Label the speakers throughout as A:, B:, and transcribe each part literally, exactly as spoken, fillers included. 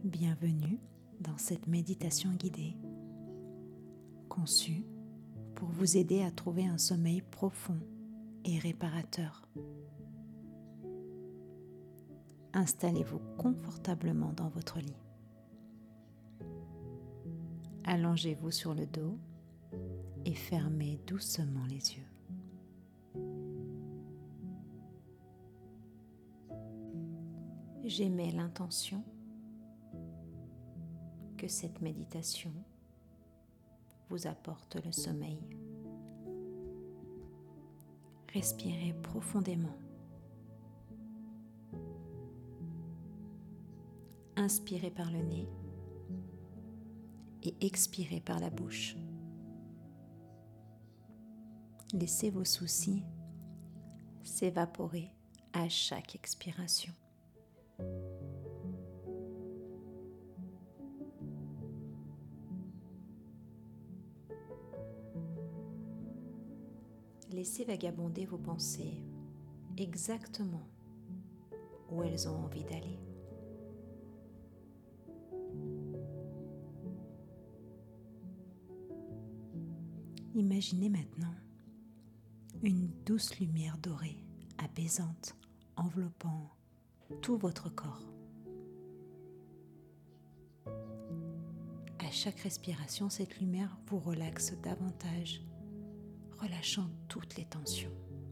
A: Bienvenue dans cette méditation guidée, conçue pour vous aider à trouver un sommeil profond et réparateur. Installez-vous confortablement dans votre lit. Allongez-vous sur le dos et fermez doucement les yeux. J'émets l'intention que cette méditation vous apporte le sommeil. Respirez profondément. Inspirez par le nez et expirez par la bouche. Laissez vos soucis s'évaporer à chaque expiration. Laissez vagabonder vos pensées exactement où elles ont envie d'aller. Imaginez maintenant une douce lumière dorée, apaisante, enveloppant tout votre corps. À chaque respiration, cette lumière vous relaxe davantage, relâchant toutes les tensions.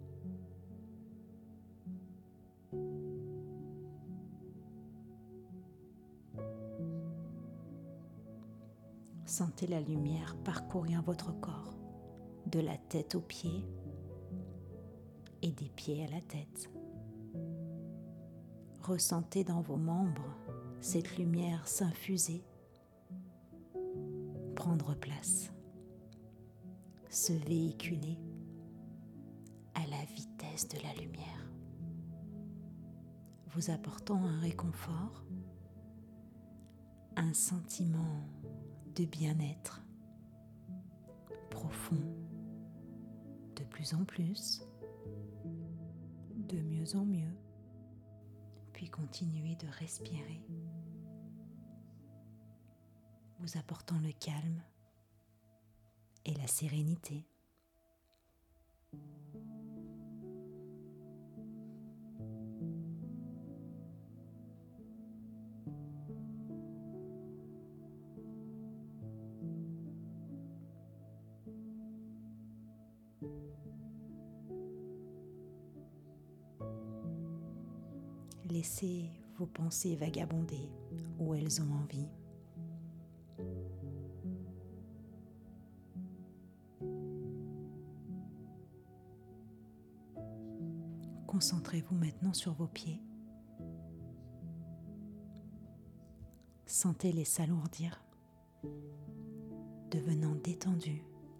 A: Sentez la lumière parcourir votre corps, de la tête aux pieds et des pieds à la tête. Ressentez dans vos membres cette lumière s'infuser, prendre place, se véhiculer à la vitesse de la lumière, vous apportant un réconfort, un sentiment de bien-être profond, de plus en plus, de mieux en mieux, puis continuez de respirer, vous apportant le calme et la sérénité. Laissez vos pensées vagabonder où elles ont envie. Concentrez-vous maintenant sur vos pieds. Sentez-les s'alourdir, devenant détendus.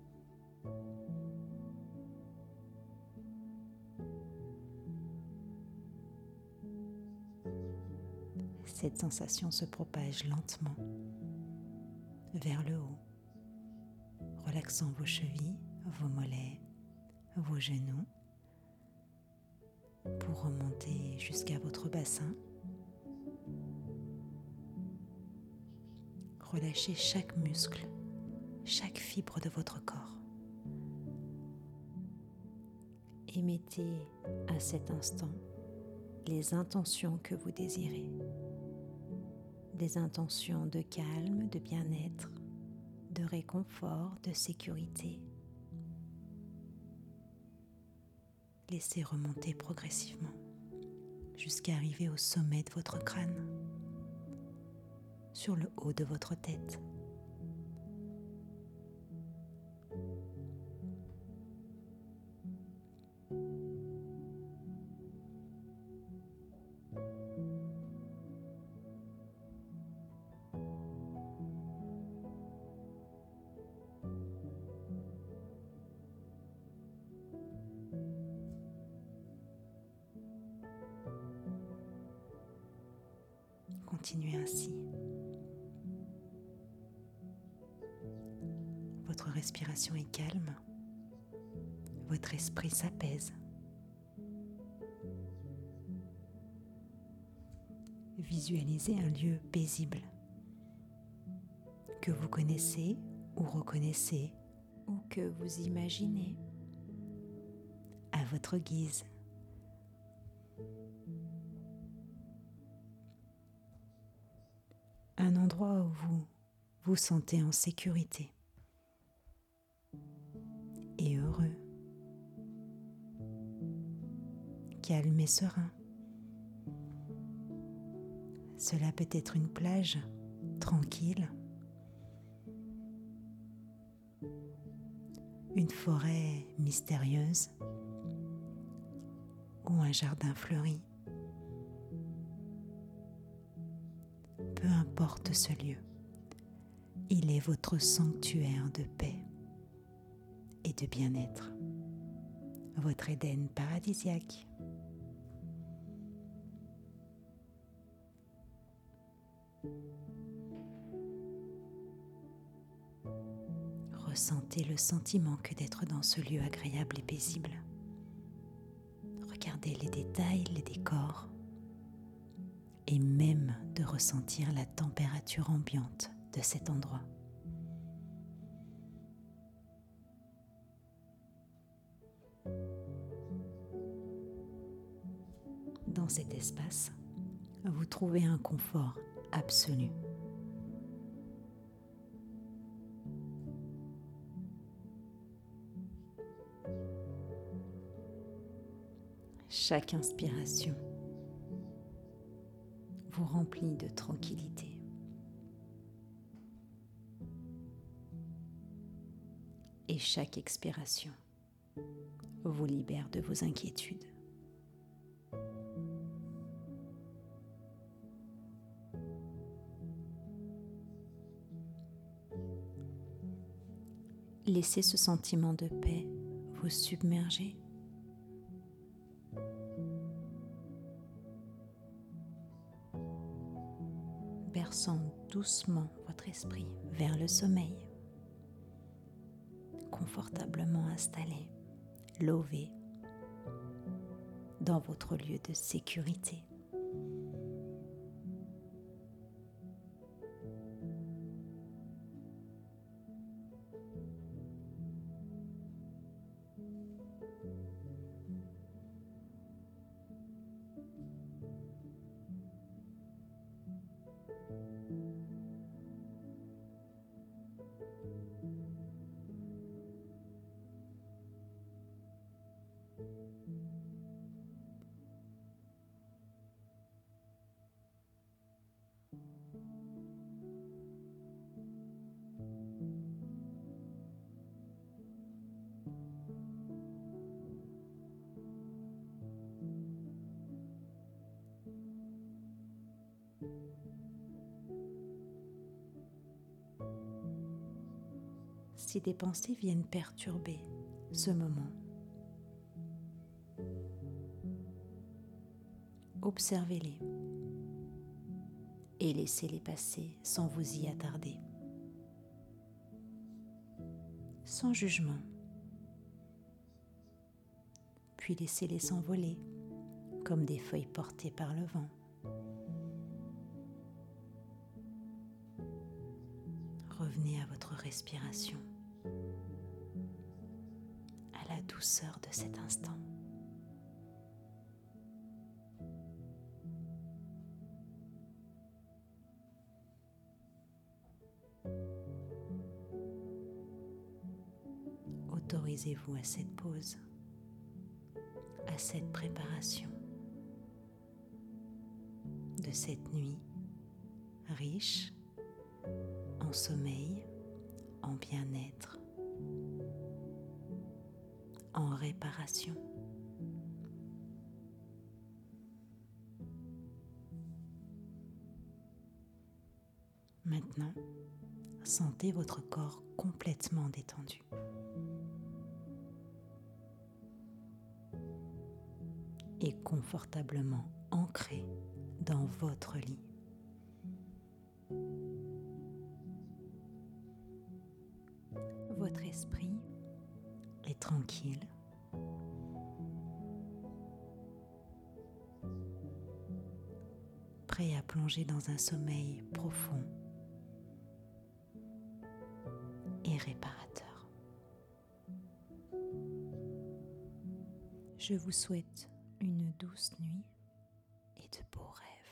A: Cette sensation se propage lentement vers le haut, relaxant vos chevilles, vos mollets, vos genoux, pour remonter jusqu'à votre bassin. Relâchez chaque muscle, chaque fibre de votre corps. Émettez à cet instant les intentions que vous désirez. Des intentions de calme, de bien-être, de réconfort, de sécurité. Laissez remonter progressivement jusqu'à arriver au sommet de votre crâne, sur le haut de votre tête. Continuez ainsi. Votre respiration est calme. Votre esprit s'apaise. Visualisez un lieu paisible que vous connaissez ou reconnaissez ou que vous imaginez à votre guise. Un endroit où vous vous sentez en sécurité et heureux, calme et serein. Cela peut être une plage tranquille, une forêt mystérieuse ou un jardin fleuri. Peu importe ce lieu, il est votre sanctuaire de paix et de bien-être, votre Éden paradisiaque. Ressentez le sentiment que d'être dans ce lieu agréable et paisible. Regardez les détails, les décors, et même de ressentir la température ambiante de cet endroit. Dans cet espace, vous trouvez un confort absolu. Chaque inspiration vous remplit de tranquillité. Et chaque expiration vous libère de vos inquiétudes. Laissez ce sentiment de paix vous submerger. Berçant doucement votre esprit vers le sommeil. Confortablement installé, lové dans votre lieu de sécurité. Si des pensées viennent perturber ce moment, observez-les et laissez-les passer sans vous y attarder, sans jugement, puis laissez-les s'envoler comme des feuilles portées par le vent. Revenez à votre respiration, à la douceur de cet instant. Autorisez-vous à cette pause, à cette préparation de cette nuit riche en sommeil, en bien-être, en réparation. Maintenant, sentez votre corps complètement détendu. Et confortablement ancré dans votre lit. Votre esprit est tranquille. Prêt à plonger dans un sommeil profond et réparateur. Je vous souhaite une douce nuit et de beaux rêves.